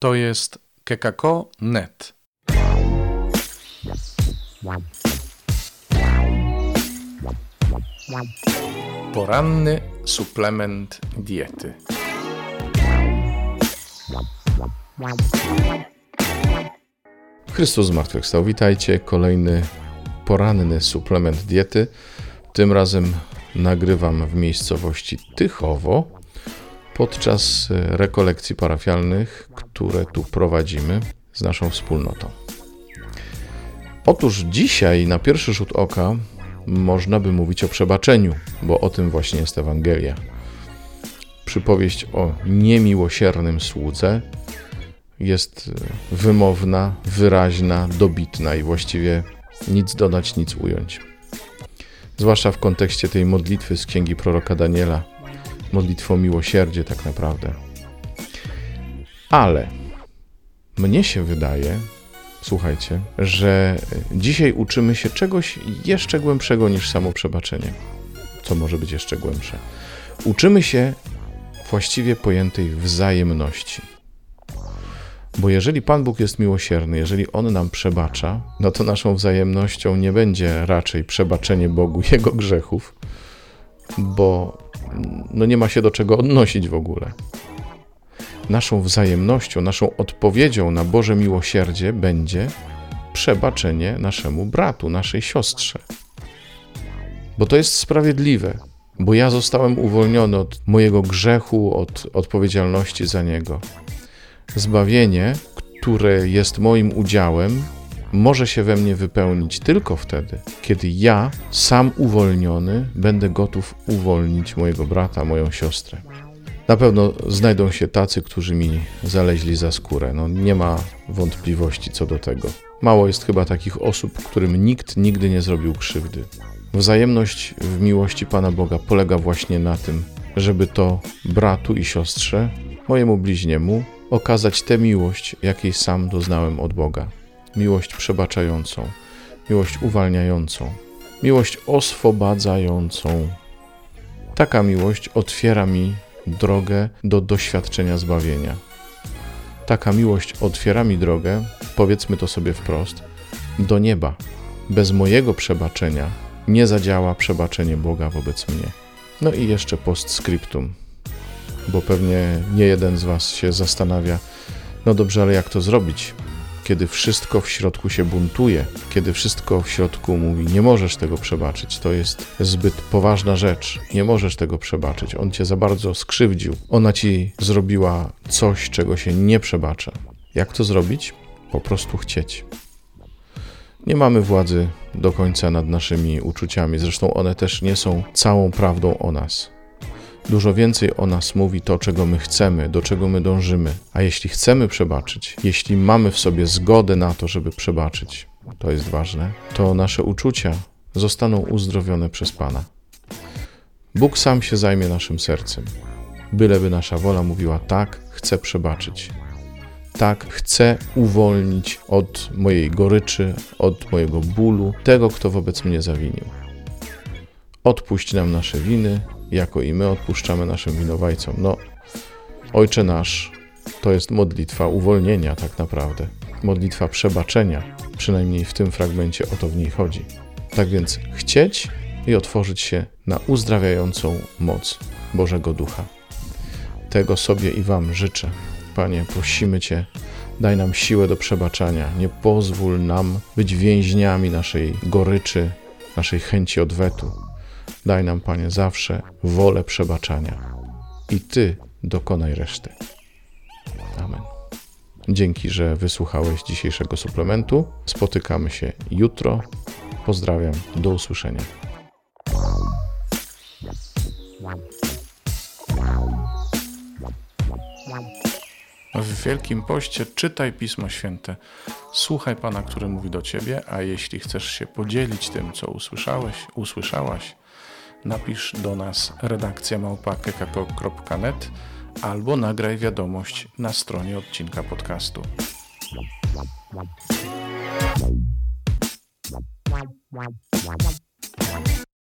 To jest kekako.net. Poranny suplement diety. Chrystus zmartwychwstał. Witajcie. Kolejny poranny suplement diety. Tym razem nagrywam w miejscowości Tychowo podczas rekolekcji parafialnych, które tu prowadzimy z naszą wspólnotą. Otóż dzisiaj na pierwszy rzut oka można by mówić o przebaczeniu, bo o tym właśnie jest Ewangelia. Przypowieść o niemiłosiernym słudze jest wymowna, wyraźna, dobitna i właściwie nic dodać, nic ująć. Zwłaszcza w kontekście tej modlitwy z księgi proroka Daniela, modlitwy o miłosierdzie tak naprawdę. Ale mnie się wydaje, słuchajcie, że dzisiaj uczymy się czegoś jeszcze głębszego niż samo przebaczenie. Co może być jeszcze głębsze? Uczymy się właściwie pojętej wzajemności. Bo jeżeli Pan Bóg jest miłosierny, jeżeli On nam przebacza, no to naszą wzajemnością nie będzie raczej przebaczenie Bogu Jego grzechów, bo nie ma się do czego odnosić w ogóle. Naszą wzajemnością, naszą odpowiedzią na Boże miłosierdzie będzie przebaczenie naszemu bratu, naszej siostrze. Bo to jest sprawiedliwe, bo ja zostałem uwolniony od mojego grzechu, od odpowiedzialności za niego. Zbawienie, które jest moim udziałem, może się we mnie wypełnić tylko wtedy, kiedy ja, sam uwolniony, będę gotów uwolnić mojego brata, moją siostrę. Na pewno znajdą się tacy, którzy mi zaleźli za skórę. Nie ma wątpliwości co do tego. Mało jest chyba takich osób, którym nikt nigdy nie zrobił krzywdy. Wzajemność w miłości Pana Boga polega właśnie na tym, żeby to bratu i siostrze, mojemu bliźniemu, okazać tę miłość, jakiej sam doznałem od Boga. Miłość przebaczającą, miłość uwalniającą, miłość oswobadzającą. Taka miłość otwiera mi drogę do doświadczenia zbawienia. Taka miłość otwiera mi drogę, powiedzmy to sobie wprost, do nieba. Bez mojego przebaczenia nie zadziała przebaczenie Boga wobec mnie. No i jeszcze postscriptum, bo pewnie nie jeden z was się zastanawia, no dobrze, ale jak to zrobić? Kiedy wszystko w środku się buntuje, kiedy wszystko w środku mówi, nie możesz tego przebaczyć, to jest zbyt poważna rzecz, nie możesz tego przebaczyć, on cię za bardzo skrzywdził, ona ci zrobiła coś, czego się nie przebacza. Jak to zrobić? Po prostu chcieć. Nie mamy władzy do końca nad naszymi uczuciami, zresztą one też nie są całą prawdą o nas. Dużo więcej o nas mówi to, czego my chcemy, do czego my dążymy. A jeśli chcemy przebaczyć, jeśli mamy w sobie zgodę na to, żeby przebaczyć, to jest ważne, to nasze uczucia zostaną uzdrowione przez Pana. Bóg sam się zajmie naszym sercem. Byleby nasza wola mówiła, tak, chcę przebaczyć. Tak, chcę uwolnić od mojej goryczy, od mojego bólu, tego, kto wobec mnie zawinił. Odpuść nam nasze winy, jako i my odpuszczamy naszym winowajcom. Ojcze nasz, to jest modlitwa uwolnienia tak naprawdę. Modlitwa przebaczenia, przynajmniej w tym fragmencie o to w niej chodzi. Tak więc chcieć i otworzyć się na uzdrawiającą moc Bożego Ducha. Tego sobie i wam życzę. Panie, prosimy Cię, daj nam siłę do przebaczania. Nie pozwól nam być więźniami naszej goryczy, naszej chęci odwetu. Daj nam, Panie, zawsze wolę przebaczania i Ty dokonaj reszty. Amen. Dzięki, że wysłuchałeś dzisiejszego suplementu. Spotykamy się jutro. Pozdrawiam. Do usłyszenia. W Wielkim Poście czytaj Pismo Święte. Słuchaj Pana, który mówi do Ciebie, a jeśli chcesz się podzielić tym, co usłyszałaś, napisz do nas redakcja@kekako.net albo nagraj wiadomość na stronie odcinka podcastu.